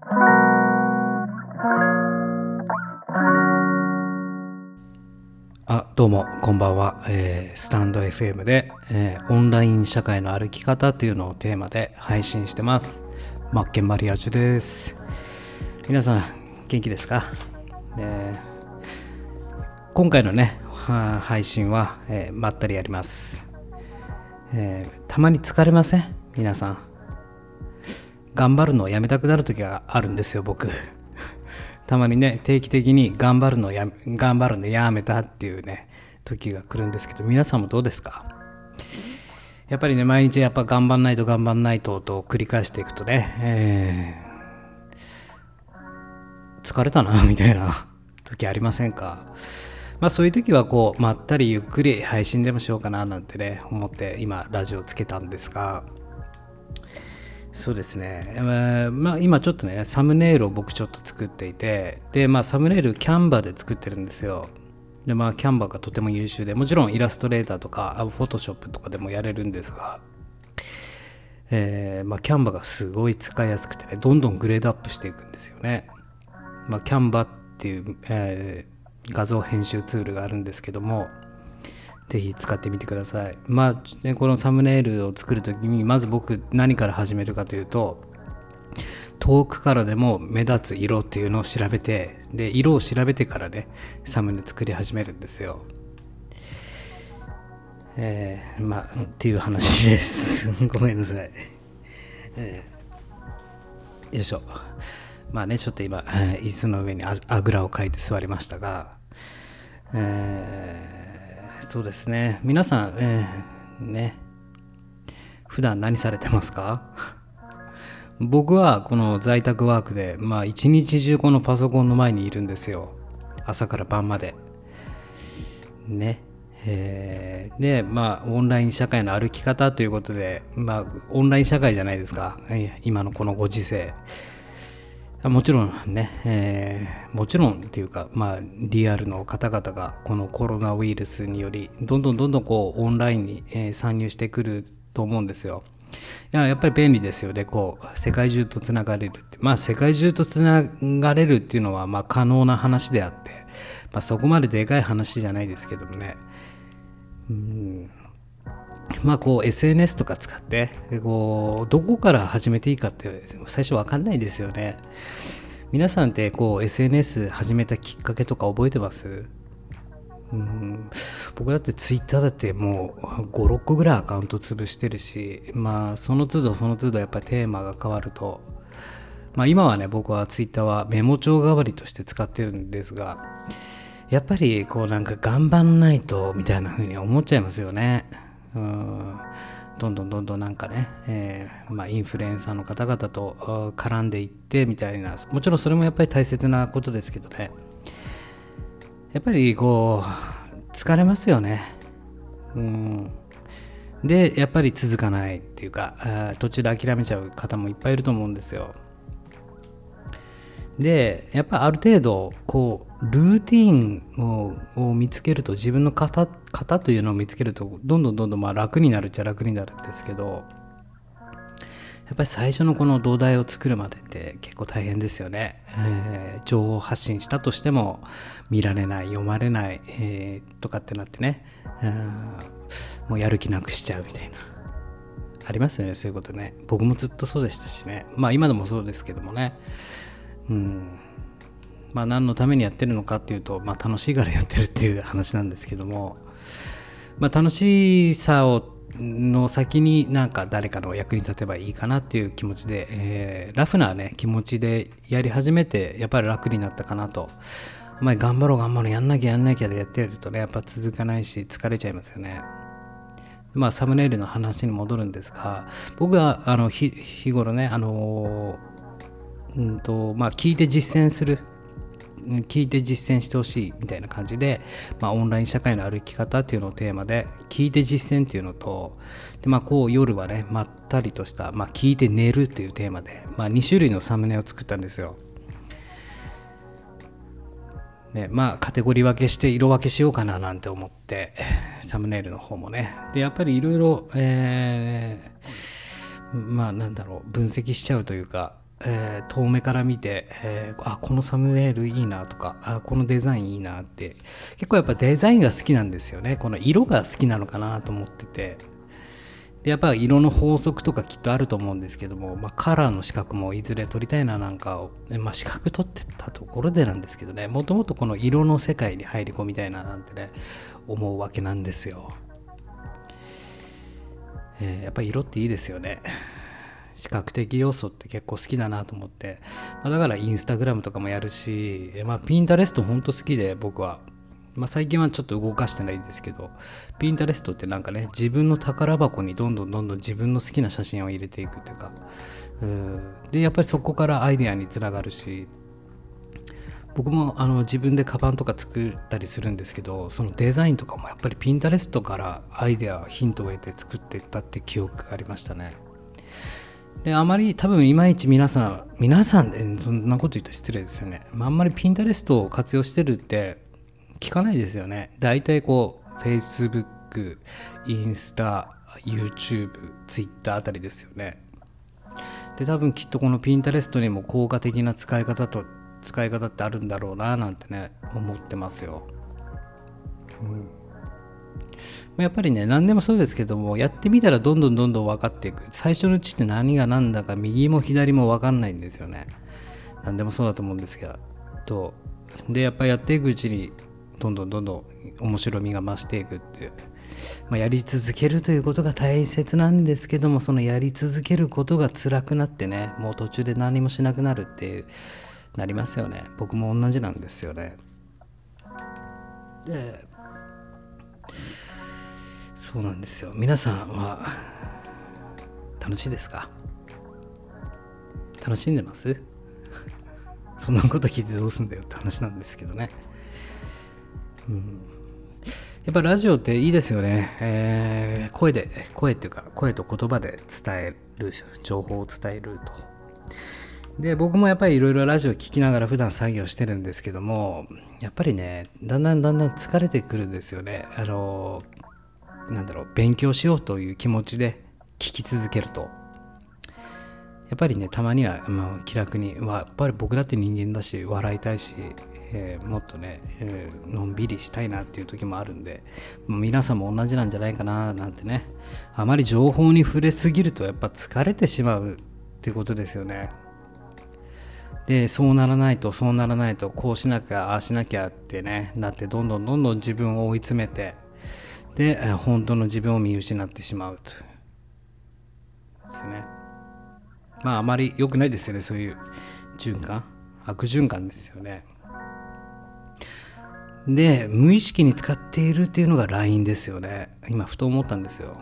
どうもこんばんは、スタンド FM で、オンライン社会の歩き方というのをテーマで配信してます。マッケンマリアージュです。皆さん元気ですか？今回のね配信は、まったりやります。たまに疲れません？皆さん頑張るのをやめたくなる時があるんですよ、僕。たまにね、定期的に頑張るのやめたっていうね時が来るんですけど、皆さんもどうですか？やっぱりね、毎日やっぱ頑張んないとと繰り返していくとね、疲れたなみたいな時ありませんか？そういう時はこうまったりゆっくり配信でもしようかななんてね思って今ラジオつけたんですが、そうですね、今ちょっとねサムネイルを僕ちょっと作っていて、でサムネイルキャンバで作ってるんですよ。でキャンバがとても優秀で、もちろんイラストレーターとかフォトショップとかでもやれるんですが、キャンバがすごい使いやすくてね、どんどんグレードアップしていくんですよね。キャンバっていう、画像編集ツールがあるんですけども、ぜひ使ってみてください。このサムネイルを作るときにまず僕何から始めるかというと、遠くからでも目立つ色っていうのを調べて、で色を調べてからねサムネ作り始めるんですよ。っていう話ですごめんなさい。よいしょ。ちょっと今、椅子の上にあぐらをかいて座りましたが、そうですね、皆さん、普段何されてますか？僕はこの在宅ワークで一日中このパソコンの前にいるんですよ、朝から晩までね。でオンライン社会の歩き方ということで、オンライン社会じゃないですか、今のこのご時世。もちろんね、もちろんっていうか、リアルの方々がこのコロナウイルスによりどんどんこうオンラインに、参入してくると思うんですよ。やっぱり便利ですよね。こう世界中とつながれるって、世界中とつながれるっていうのは可能な話であって、そこまででかい話じゃないですけどもね。こう SNS とか使ってこうどこから始めていいかって最初分かんないですよね。皆さんってこう SNS 始めたきっかけとか覚えてます？僕だってツイッターだってもう5、6個ぐらいアカウント潰してるし、その都度やっぱりテーマが変わると、今はね僕はツイッターはメモ帳代わりとして使ってるんですが、やっぱりこうなんか頑張んないとみたいな風に思っちゃいますよね。どんどんなんかね、インフルエンサーの方々と絡んでいってみたいな、もちろんそれもやっぱり大切なことですけどね、やっぱりこう疲れますよね。でやっぱり続かないっていうか、途中で諦めちゃう方もいっぱいいると思うんですよ。でやっぱりある程度こうルーティンを見つけると、自分の型というのを見つけるとどんどん楽になるっちゃ楽になるんですけど、やっぱり最初のこの土台を作るまでって結構大変ですよね。情報発信したとしても見られない、読まれない、とかってなってね、もうやる気なくしちゃうみたいな、ありますよね、そういうことね。僕もずっとそうでしたしね。今でもそうですけどもね。何のためにやってるのかっていうと、楽しいからやってるっていう話なんですけども、楽しさの先になんか誰かの役に立てばいいかなっていう気持ちで、ラフなね気持ちでやり始めてやっぱり楽になったかなと。頑張ろうやんなきゃでやってるとね、やっぱ続かないし疲れちゃいますよね。サムネイルの話に戻るんですが、僕は日頃ね聞いて実践する、聞いて実践してほしいみたいな感じで、オンライン社会の歩き方っていうのをテーマで聞いて実践っていうのと、でこう夜はねまったりとした、聞いて寝るっていうテーマで、2種類のサムネを作ったんですよ。カテゴリー分けして色分けしようかななんて思って、サムネイルの方もね、でやっぱりいろいろ分析しちゃうというか、 遠目から見て、このサムネイルいいなとか、このデザインいいなって、結構やっぱデザインが好きなんですよね。この色が好きなのかなと思ってて、でやっぱ色の法則とかきっとあると思うんですけども、カラーの資格もいずれ取りたいななんかを、資格取ってたところでなんですけどね、もともとこの色の世界に入り込みたいななんてね思うわけなんですよ。やっぱり色っていいですよね。視覚的要素って結構好きだなと思って、だからインスタグラムとかもやるし、ピンタレストほんと好きで僕は、最近はちょっと動かしてないんですけど、ピンタレストってなんかね、自分の宝箱にどんどん自分の好きな写真を入れていくっていうか、でやっぱりそこからアイデアにつながるし、僕も自分でカバンとか作ったりするんですけど、そのデザインとかもやっぱりピンタレストからアイデアヒントを得て作っていったって記憶がありましたね。であまり多分いまいち皆さんでそんなこと言うと失礼ですよね。あんまりピンタレストを活用してるって聞かないですよね。だいたいこう Facebook、インスタ、YouTube、Twitter あたりですよね。で多分きっとこのピンタレストにも効果的な使い方ってあるんだろうななんてね思ってますよ。やっぱりね、何でもそうですけども、やってみたらどんどん分かっていく。最初のうちって何が何だか右も左も分かんないんですよね。何でもそうだと思うんですけど、でやっぱりやっていくうちにどんどん面白みが増していくっていう、やり続けるということが大切なんですけども、そのやり続けることが辛くなってね、もう途中で何もしなくなるっていうなりますよね。僕も同じなんですよね。でそうなんですよ。皆さんは楽しいですか？楽しんでます？そんなこと聞いてどうすんだよって話なんですけどね。やっぱラジオっていいですよね。声っていうか声と言葉で伝える、情報を伝えると。で僕もやっぱりいろいろラジオ聞きながら普段作業してるんですけども、やっぱりねだんだん疲れてくるんですよね。勉強しようという気持ちで聞き続けると、やっぱりねたまには、気楽に、やっぱり僕だって人間だし笑いたいし、もっとね、のんびりしたいなっていう時もあるんで、皆さんも同じなんじゃないかななんてね。あまり情報に触れすぎるとやっぱ疲れてしまうっていうことですよね。でそうならないとこうしなきゃああしなきゃってねなって、どんどん自分を追い詰めて、で本当の自分を見失ってしまうとですね。あまり良くないですよね、そういう悪循環ですよね。で無意識に使っているっていうのが LINE ですよね。今ふと思ったんですよ。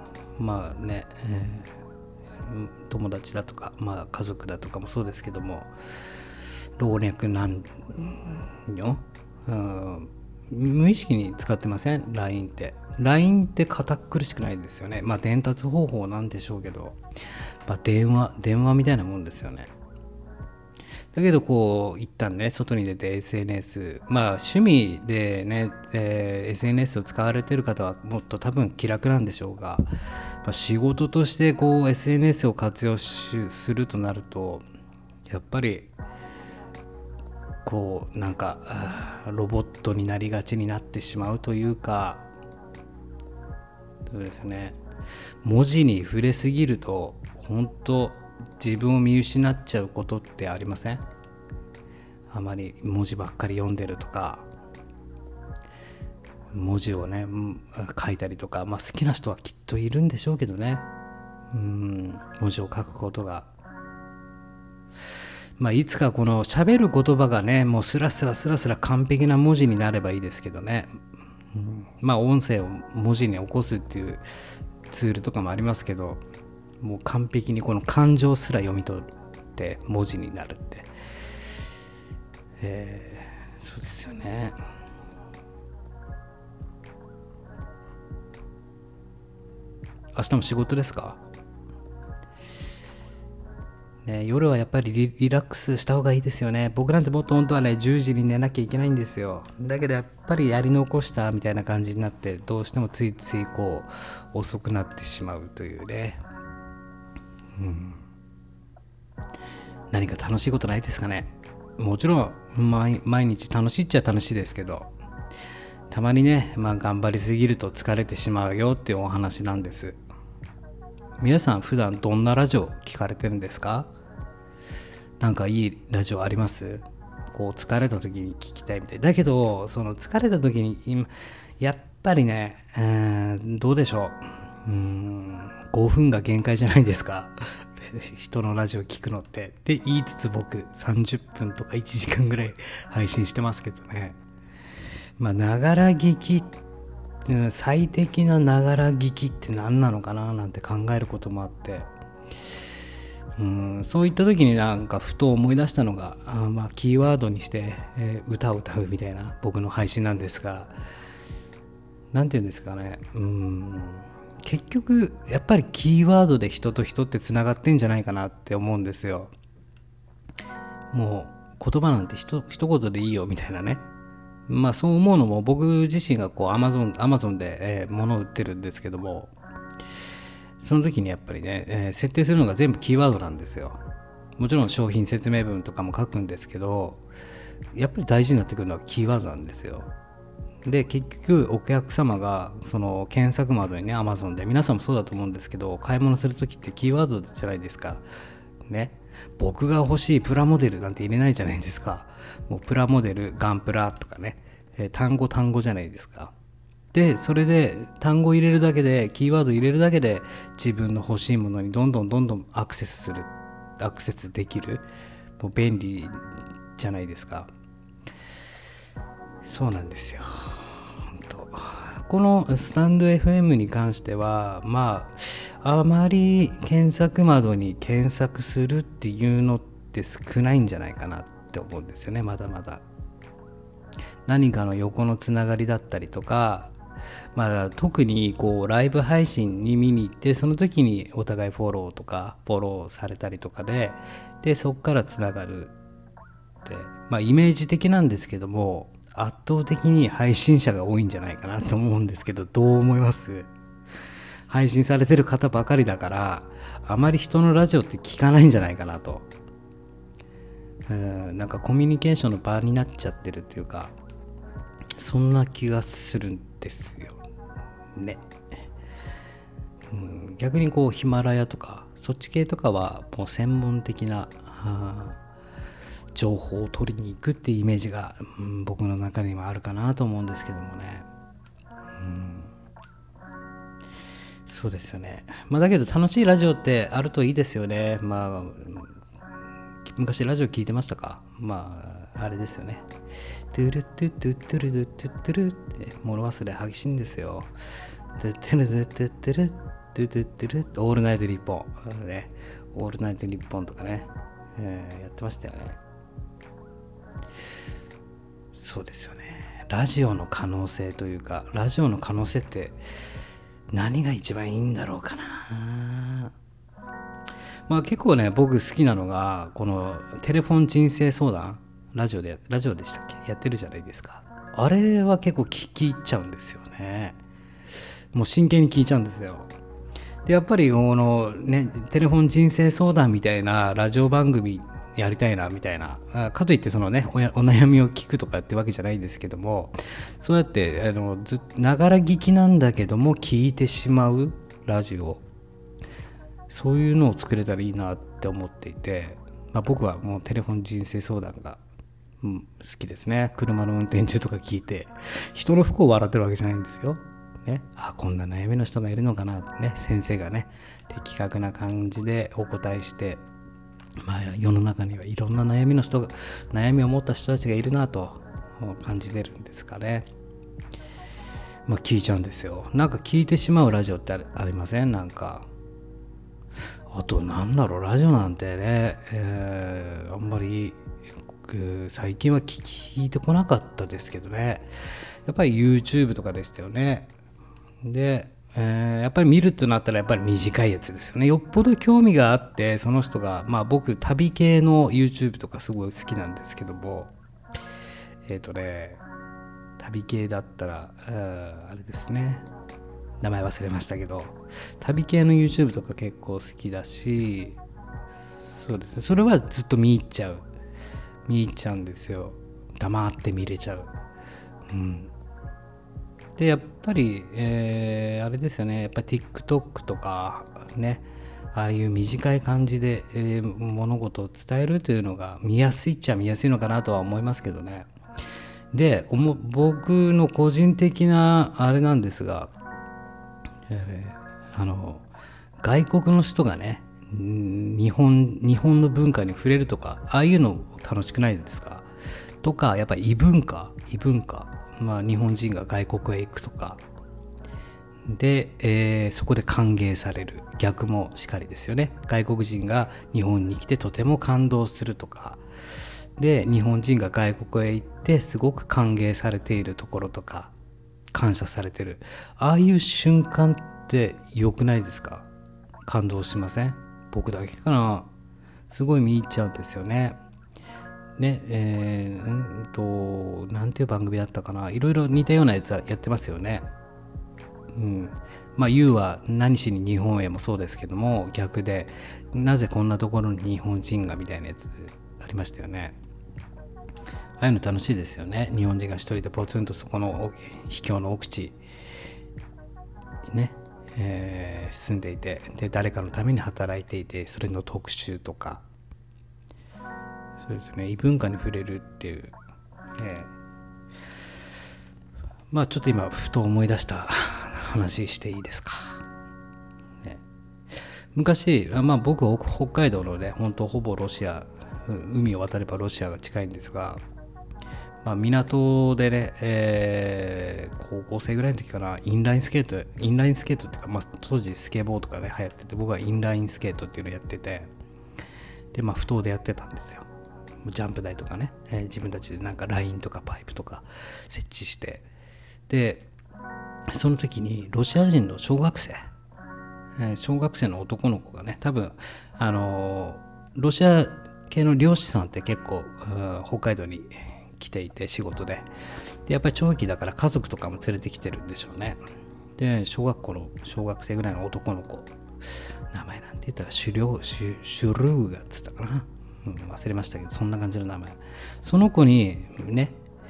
友達だとか、家族だとかもそうですけども、老若男女、無意識に使ってません？ LINE って堅苦しくないですよね。伝達方法なんでしょうけど、電話みたいなもんですよね。だけどこう一旦ね外に出て SNS、趣味でね、SNS を使われてる方はもっと多分気楽なんでしょうが、仕事としてこう SNS を活用するとなると、やっぱりこうロボットになりがちになってしまうというか、そうですね、文字に触れすぎると本当自分を見失っちゃうことってありません？あまり文字ばっかり読んでるとか、文字をね書いたりとか、好きな人はきっといるんでしょうけどね。文字を書くことが、いつかこの喋る言葉がねもうスラスラ完璧な文字になればいいですけどね。音声を文字に起こすっていうツールとかもありますけど、もう完璧にこの感情すら読み取って文字になるって、そうですよね。明日も仕事ですか？ね、夜はやっぱりリラックスした方がいいですよね。僕なんてもっと本当はね10時に寝なきゃいけないんですよ。だけどやっぱりやり残したみたいな感じになって、どうしてもついついこう遅くなってしまうというね。 何か楽しいことないですかね。もちろん毎日楽しいっちゃ楽しいですけど、たまにね、頑張りすぎると疲れてしまうよっていうお話なんです。皆さん普段どんなラジオ聞かれてるんですか？なんかいいラジオあります？こう疲れた時に聞きたいみたいだけど、その疲れた時にやっぱりね、どうでしょう、5分が限界じゃないですか人のラジオ聞くのってって言いつつ、僕30分とか1時間ぐらい配信してますけどね。ながら聞き、最適なながら聞きって何なのかななんて考えることもあって、そういった時になんかふと思い出したのが、キーワードにして、歌を歌うみたいな僕の配信なんですが、なんていうんですかね、結局やっぱりキーワードで人と人ってつながってんじゃないかなって思うんですよ。もう言葉なんて一言でいいよみたいなね。そう思うのも僕自身がこうアマゾンで、物を売ってるんですけども、その時にやっぱりね、設定するのが全部キーワードなんですよ。もちろん商品説明文とかも書くんですけど、やっぱり大事になってくるのはキーワードなんですよ。で結局お客様がその検索窓にね、 Amazon で皆さんもそうだと思うんですけど、買い物する時ってキーワードじゃないですかね。僕が欲しいプラモデルなんて入れないじゃないですか。もうプラモデル、ガンプラとかね、単語じゃないですか。でそれで単語入れるだけで、キーワード入れるだけで、自分の欲しいものにどんどんアクセスできる、もう便利じゃないですか。そうなんですよ。このスタンド FM に関しては、あまり検索窓に検索するっていうのって少ないんじゃないかなって思うんですよね。まだまだ何かの横のつながりだったりとか、特にこうライブ配信に見に行って、その時にお互いフォローされたりとかでそこからつながるって、イメージ的なんですけども、圧倒的に配信者が多いんじゃないかなと思うんですけど、どう思います？配信されてる方ばかりだから、あまり人のラジオって聞かないんじゃないかなと。なんかコミュニケーションの場になっちゃってるっていうか、そんな気がするんですよね。逆にこうヒマラヤとかそっち系とかはもう専門的な情報を取りに行くっていうイメージが、僕の中にはあるかなと思うんですけどもね。そうですよね。だけど楽しいラジオってあるといいですよね。昔ラジオ聞いてましたか？あれですよね。トゥルトゥトゥトゥルトゥトゥルって物忘れ激しいんですよ。トゥトゥルトゥトゥトゥルトゥトゥトゥルオールナイトニッポンね、オールナイトニッポンとかね、やってましたよね。そうですよね。ラジオの可能性というか、ラジオの可能性って何が一番いいんだろうかな。結構ね、僕好きなのがこのテレフォン人生相談、ラジオでしたっけ、やってるじゃないですか。あれは結構聞き入っちゃうんですよね。もう真剣に聞いちゃうんですよ。でやっぱりこのね、テレフォン人生相談みたいなラジオ番組やりたいなみたいな、かといってそのね、お悩みを聞くとかってわけじゃないんですけども、そうやってながら聞きなんだけども聞いてしまうラジオ、そういうのを作れたらいいなって思っていて、僕はもうテレフォン人生相談が、好きですね。車の運転中とか聞いて、人の不幸を笑ってるわけじゃないんですよ。ね、こんな悩みの人がいるのかなってね、先生がね、的確な感じでお答えして、世の中にはいろんな悩みを持った人たちがいるなと感じてるんですかね。聞いちゃうんですよ。なんか聞いてしまうラジオってありません？なんかあとラジオなんてね、あんまり最近は聞いてこなかったですけどね。やっぱり YouTube とかでしたよね。で、やっぱり見るってなったらやっぱり短いやつですよね。よっぽど興味があって、その人が僕旅系の YouTube とかすごい好きなんですけども、旅系だったらあれですね、名前忘れましたけど、旅系の YouTube とか結構好きだし、 そうですね。それはずっと見入っちゃうんですよ。黙って見れちゃう。でやっぱり、あれですよね。やっぱり TikTok とかね、ああいう短い感じで、物事を伝えるというのが見やすいっちゃ見やすいのかなとは思いますけどね。で僕の個人的なあれなんですが、外国の人がね、日本の文化に触れるとか、ああいうの楽しくないですか？とか、やっぱり異文化、日本人が外国へ行くとかで、そこで歓迎される、逆もしかりですよね。外国人が日本に来てとても感動するとかで、日本人が外国へ行ってすごく歓迎されているところとか、感謝されてる、ああいう瞬間って良くないですか？感動しません？僕だけかな？すごい見入っちゃうんですよね。ね、なんていう番組だったかな。いろいろ似たようなやつはやってますよね。YOU は何しに日本へもそうですけども、逆でなぜこんなところに日本人がみたいなやつありましたよね。ああいうの楽しいですよね。日本人が一人でポツンとそこの秘境の奥地にね、住んでいて、で誰かのために働いていて、それの特集とか、そうですよね。異文化に触れるっていう、ちょっと今ふと思い出した話していいですか？昔、僕北海道のね、本当ほぼロシア、海を渡ればロシアが近いんですが、港でね、高校生ぐらいの時かな、インラインスケートっていうか、当時スケボーとかね流行ってて、僕はインラインスケートっていうのをやってて、で不当でやってたんですよ。ジャンプ台とかね、自分たちでなんかラインとかパイプとか設置して、でその時にロシア人の小学生の男の子がね、多分ロシア系の漁師さんって結構、北海道に来ていて、仕事でやっぱり長期だから家族とかも連れてきてるんでしょうね。で小学生ぐらいの男の子、名前なんて言ったらシュルーガっつったかな、忘れましたけど、そんな感じの名前。その子にね、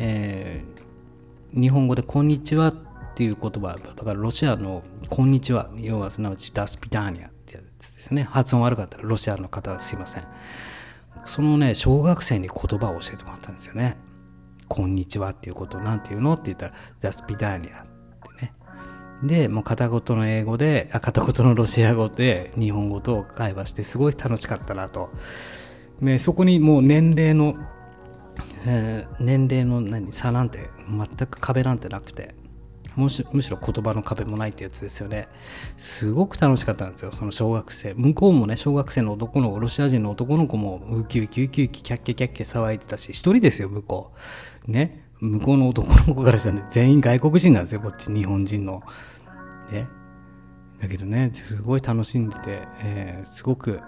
日本語でこんにちはっていう言葉だから、ロシアのこんにちは、要はすなわちダスピターニャってやつですね。発音悪かったらロシアの方はすいません。そのね、小学生に言葉を教えてもらったんですよね。こんにちはっていうことをなんて言うのって言ったら、ダスピターニャってね。でもう片言のロシア語で日本語と会話して、すごい楽しかったなと。ね、そこにもう年齢の差なんて全く壁なんてなくて、むしろ言葉の壁もないってやつですよね。すごく楽しかったんですよ、その小学生。向こうもね、小学生の男の子、ロシア人の男の子もウキウキキャッキャ騒いでたし、一人ですよ、向こうね。向こうの男の子からしたら、全員外国人なんですよ、こっち日本人のね。だけどね、すごい楽しんでて、すごく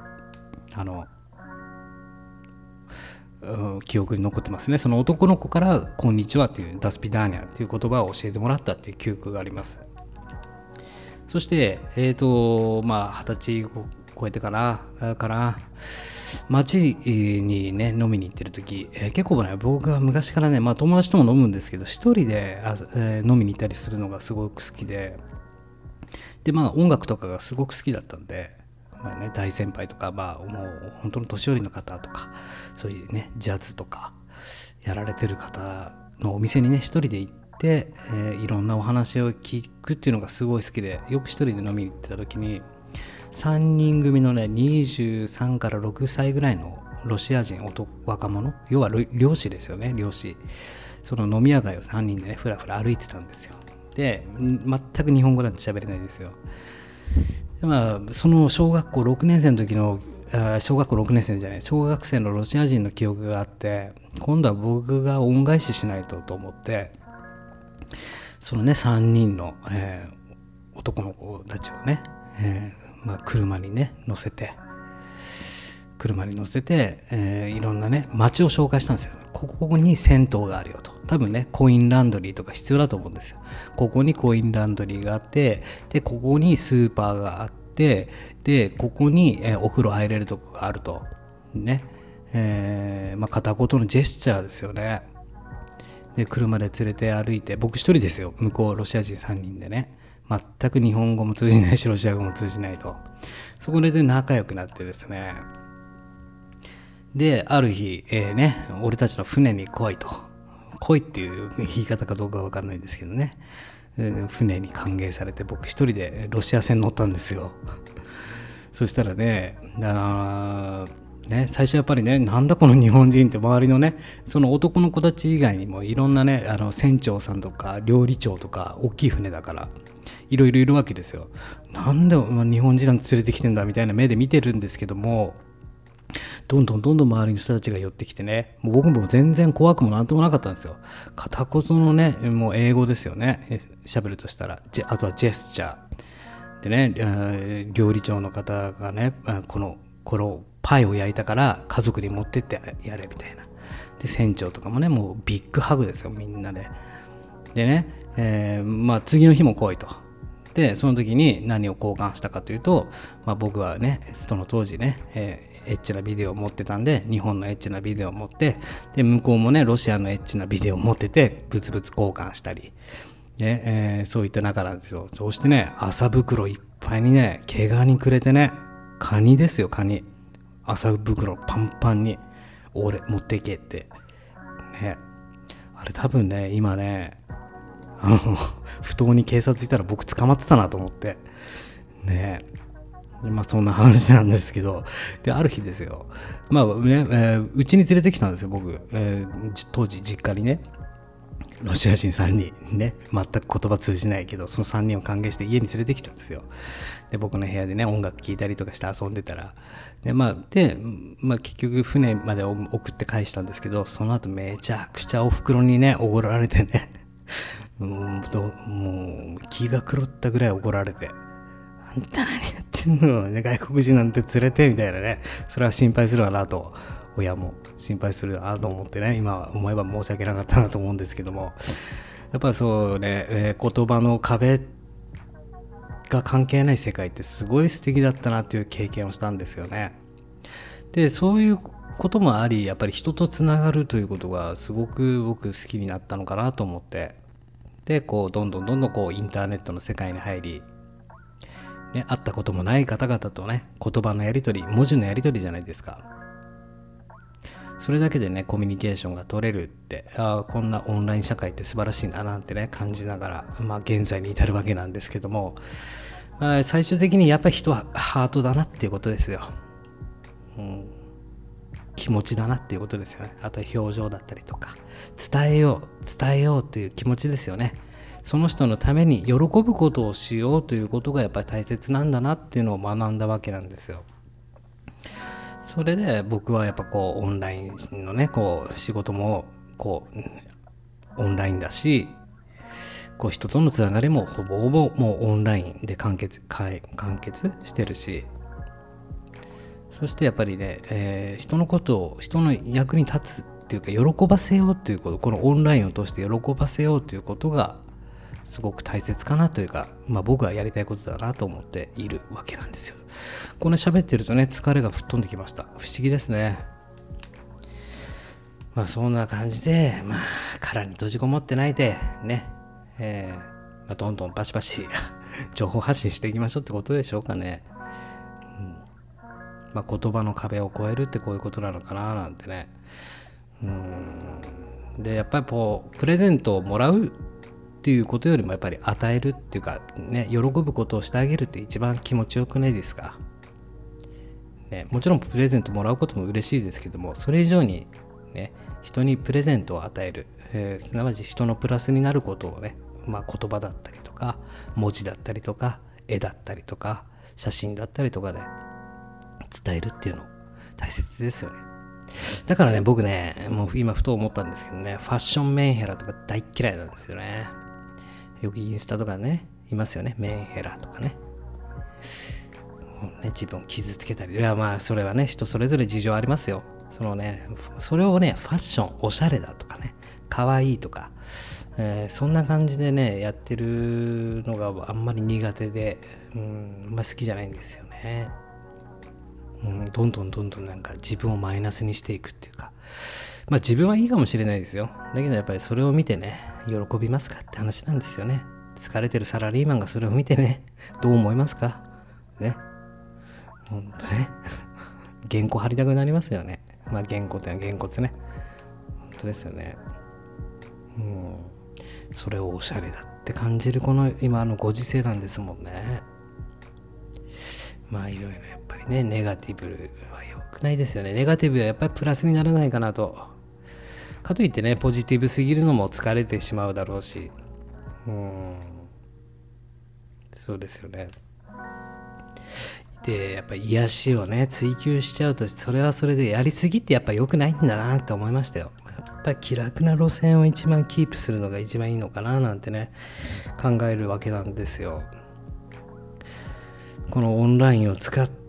記憶に残ってますね。その男の子からこんにちはっていう、ダスピダーニャっていう言葉を教えてもらったっていう記憶があります。そして20歳超えてから街にね飲みに行ってる時、結構ね、僕は昔からね、友達とも飲むんですけど、一人で飲みに行ったりするのがすごく好きで、音楽とかがすごく好きだったんで、大先輩とか、もう本当の年寄りの方とか、そういうねジャズとかやられてる方のお店にね、一人で行って、いろんなお話を聞くっていうのがすごい好きで、よく一人で飲みに行ってた時に、3人組のね、23から6歳ぐらいのロシア人若者、要は漁師ですよね、漁師。その飲み屋街を3人でねふらふら歩いてたんですよ。で全く日本語なんて喋れないですよ。その小学校6年生の時の小学生のロシア人の記憶があって、今度は僕が恩返ししないとと思って、そのね3人の、男の子たちをね、車に乗せて、いろんなね街を紹介したんですよ。ここに銭湯があるよと。多分ねコインランドリーとか必要だと思うんですよ。ここにコインランドリーがあって、でここにスーパーがあって、でここに、お風呂入れるとこがあると。 ね、片言のジェスチャーですよね。で車で連れて歩いて、僕一人ですよ、向こうロシア人3人でね、全く日本語も通じないしロシア語も通じないと。そこで仲良くなってですね、である日、俺たちの船に来いと、来いっていう言い方かどうかわかんないんですけどね、船に歓迎されて僕一人でロシア船乗ったんですよ。そしたらね、最初やっぱりね、なんだこの日本人って、周りのね、その男の子たち以外にもいろんなね、船長さんとか料理長とか、大きい船だからいろいろいるわけですよ。なんで日本人なんて連れてきてんだみたいな目で見てるんですけども、どんどん周りの人たちが寄ってきてね、もう僕も全然怖くもなんともなかったんですよ。片言のね、もう英語ですよね、喋るとしたら。あとはジェスチャーでね、料理長の方がね、このパイを焼いたから家族に持ってってやれみたいな。で船長とかもね、もうビッグハグですよ、みんなで。でね、次の日も来いと。でその時に何を交換したかというと、僕はねその当時ね、エッチなビデオを持ってたんで、日本のエッチなビデオを持って、で向こうもねロシアのエッチなビデオを持ってて、ブツブツ交換したり、そういった中なんですよ。そうしてね、麻袋いっぱいにね毛ガニくれてね、カニですよ、カニ。麻袋パンパンに俺持っていけってね。あれ多分ね、今ね、不当に警察いたら僕捕まってたなと思ってね。そんな話なんですけど、である日ですよ、うちに連れてきたんですよ、僕、当時実家にね、ロシア人3人ね、全く言葉通じないけど、その3人を歓迎して家に連れてきたんですよ。で僕の部屋でね音楽聴いたりとかして遊んでたら、結局船まで送って返したんですけど、その後めちゃくちゃお袋にねおごられてね、もう気が狂ったぐらい怒られて、あんた何やってんの、ね、外国人なんて連れてみたいなね。それは心配するわなと、親も心配するなと思ってね、今思えば申し訳なかったなと思うんですけども、やっぱそうね、言葉の壁が関係ない世界ってすごい素敵だったなっていう経験をしたんですよね。でそういうこともあり、やっぱり人とつながるということがすごく僕好きになったのかなと思って、でどんどんこうインターネットの世界に入り、会ったこともない方々とね、言葉のやり取り、文字のやり取りじゃないですか。それだけでねコミュニケーションが取れるって、こんなオンライン社会って素晴らしいななんてね感じながら、現在に至るわけなんですけども、最終的にやっぱり人はハートだなっていうことですよ。気持ちだなっていうことですよね。あと表情だったりとか、伝えようという気持ちですよね。その人のために喜ぶことをしようということがやっぱり大切なんだなっていうのを学んだわけなんですよ。それで僕はやっぱオンラインのね仕事もオンラインだし、人とのつながりもほぼほぼもうオンラインで完結してるし、そしてやっぱりね、人の役に立つっていうか喜ばせようということ、このオンラインを通して喜ばせようということがすごく大切かなというか、僕はやりたいことだなと思っているわけなんですよ。この喋ってるとね疲れが吹っ飛んできました。不思議ですね。そんな感じで殻に閉じこもってないでね、どんどんバシバシ情報発信していきましょうってことでしょうかね。言葉の壁を越えるってこういうことなのかななんてね。でやっぱりプレゼントをもらうっていうことよりもやっぱり与えるっていうかね、喜ぶことをしてあげるって一番気持ちよくないですか、ね。もちろんプレゼントもらうことも嬉しいですけども、それ以上にね人にプレゼントを与える、すなわち人のプラスになることをね、言葉だったりとか文字だったりとか絵だったりとか写真だったりとかで伝えるっていうの大切ですよね。だからね僕ね、もう今ふと思ったんですけどね、ファッションメンヘラとか大嫌いなんですよね。よくインスタとかねいますよね、メンヘラとかね。自分を傷つけたり、いやそれはね人それぞれ事情ありますよ。それをねファッションおしゃれだとかね可愛いとか、そんな感じでねやってるのがあんまり苦手で、あんまり好きじゃないんですよね。 どんどんなんか自分をマイナスにしていくっていうか、まあ自分はいいかもしれないですよ。だけどやっぱりそれを見てね、喜びますかって話なんですよね。疲れてるサラリーマンがそれを見てね、どう思いますかね。ほんとね。原稿貼りたくなりますよね。まあ原稿ってね。本当ですよね。それをおしゃれだって感じるこの今のご時世なんですもんね。まあいろいろやっぱりね、ネガティブは良くないですよね。ネガティブはやっぱりプラスにならないかなと。かといってね、ポジティブすぎるのも疲れてしまうだろうし。そうですよね。で、やっぱり癒しをね、追求しちゃうと、それはそれでやりすぎってやっぱ良くないんだなって思いましたよ。やっぱり気楽な路線を一番キープするのが一番いいのかななんてね、考えるわけなんですよ。このオンラインを使って、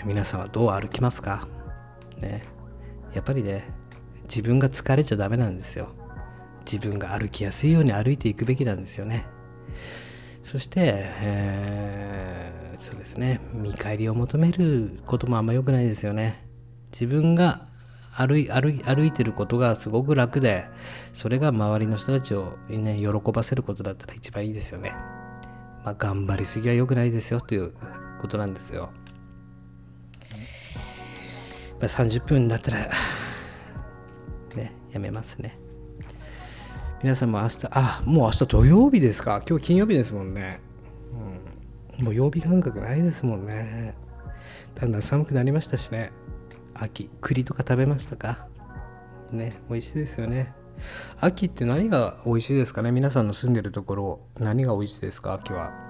皆さんはどう歩きますかね。やっぱりね、自分が疲れちゃダメなんですよ。自分が歩きやすいように歩いていくべきなんですよね。そして、そうですね、見返りを求めることもあんま良くないですよね。自分が歩いてることがすごく楽で、それが周りの人たちを、ね、喜ばせることだったら一番いいですよね。まあ、頑張りすぎは良くないですよということなんですよ。30分だったらね、やめますね。皆さんも明日、もう明日土曜日ですか。今日金曜日ですもんね。もう曜日感覚ないですもんね。だんだん寒くなりましたしね。秋、栗とか食べましたかね、美味しいですよね。秋って何が美味しいですかね。皆さんの住んでるところ、何が美味しいですか、秋は。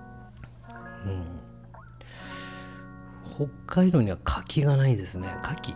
北海道には柿がないですね。柿、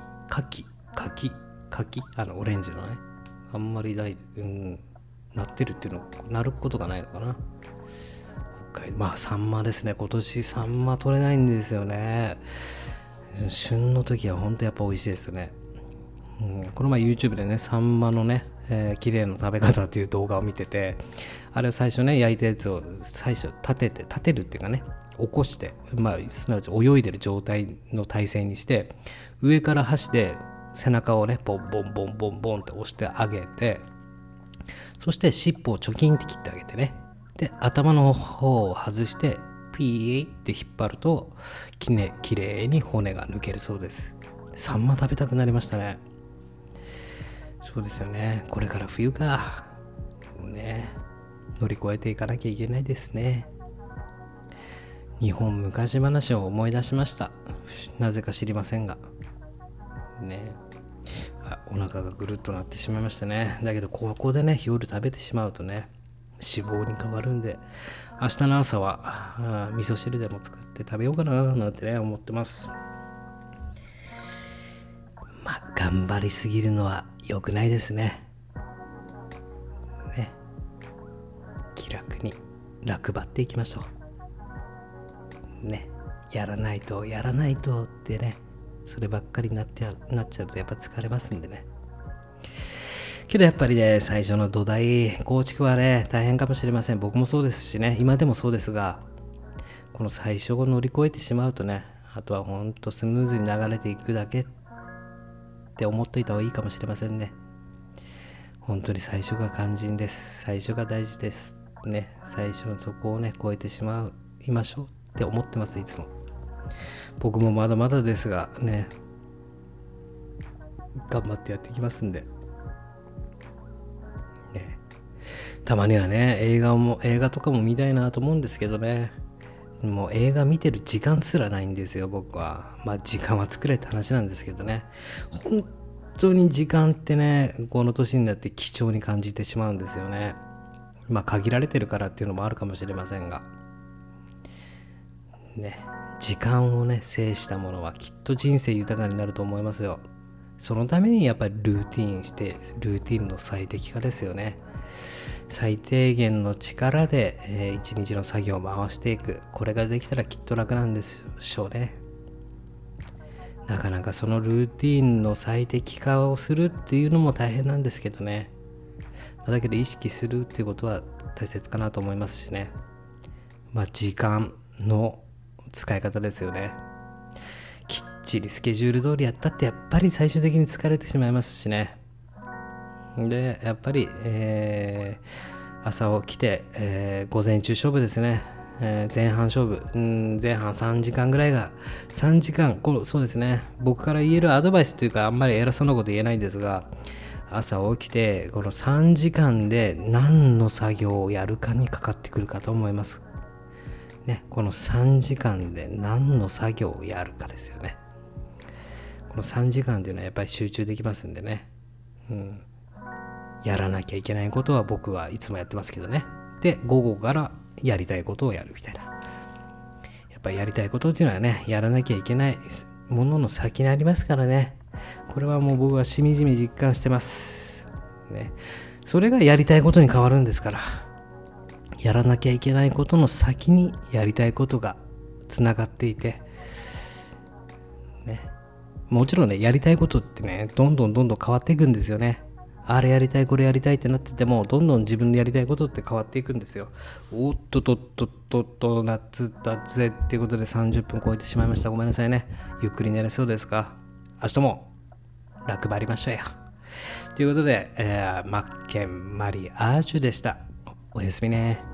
オレンジのね。あんまりない、なってるっていうの、なることがないのかな。北海道、まあサンマですね。今年サンマ取れないんですよね。旬の時は本当やっぱ美味しいですよね。この前 YouTube でね、サンマのね、綺麗な食べ方っていう動画を見てて、あれを最初ね、焼いたやつを最初立てるっていうかね、起こして、まあすなわち泳いでる状態の体勢にして、上から箸で背中をね、ボンボンボンボンボンって押してあげて、そして尻尾をチョキンって切ってあげてね、で頭の方を外してピーって引っ張るときれいに骨が抜けるそうです。サンマ食べたくなりましたね。そうですよね。これから冬かね、乗り越えていかなきゃいけないですね。日本昔話を思い出しました。なぜか知りませんがね。お腹がぐるっとなってしまいましたね。だけどここでね、夜食べてしまうとね、脂肪に変わるんで、明日の朝は味噌汁でも作って食べようかななんてね、思ってます。まあ頑張りすぎるのは良くないですね。気楽に楽張っていきましょうね。やらないとってね、そればっかりになっちゃうとやっぱ疲れますんでね。けどやっぱりね、最初の土台構築はね、大変かもしれません。僕もそうですしね、今でもそうですが、この最初を乗り越えてしまうとね、あとはほんとスムーズに流れていくだけって思っといた方がいいかもしれませんね。本当に最初が肝心です。最初が大事ですね。最初のそこをね、超えていましょうって思ってます。いつも僕もまだまだですがね、頑張ってやっていきますんでね。たまにはね、映画とかも見たいなと思うんですけどね、もう映画見てる時間すらないんですよ、僕は。まあ時間は作れって話なんですけどね、本当に時間ってね、この年になって貴重に感じてしまうんですよね。まあ限られてるからっていうのもあるかもしれませんがね、時間をね制したものはきっと人生豊かになると思いますよ。そのためにやっぱりルーティンの最適化ですよね。最低限の力で、一日の作業を回していく、これができたらきっと楽なんでしょうね。なかなかそのルーティンの最適化をするっていうのも大変なんですけどね、だけど意識するっていうことは大切かなと思いますしね。まあ時間の使い方ですよね。 きっちりスケジュール通りやったってやっぱり最終的に疲れてしまいますしね。でやっぱり、朝起きて、午前中勝負ですね。前半勝負、前半3時間ぐらいが3時間そうですね。僕から言えるアドバイスというか、あんまり偉そうなこと言えないんですが、朝起きてこの3時間で何の作業をやるかにかかってくるかと思いますね。この3時間で何の作業をやるかですよね。この3時間というのはやっぱり集中できますんでね、やらなきゃいけないことは僕はいつもやってますけどね。で午後からやりたいことをやるみたいな。やっぱりやりたいことっていうのはね、やらなきゃいけないものの先にありますからね。これはもう僕はしみじみ実感してますね。それがやりたいことに変わるんですから。やらなきゃいけないことの先にやりたいことがつながっていてね。もちろんね、やりたいことってね、どんどん変わっていくんですよね。あれやりたいこれやりたいってなってても、どんどん自分でやりたいことって変わっていくんですよ。おっと夏だぜっていうことで30分超えてしまいました。ごめんなさいね。ゆっくり寝れそうですか？明日も楽張りましょうや。ということで、マッケンマリアージュでした。おやすみね。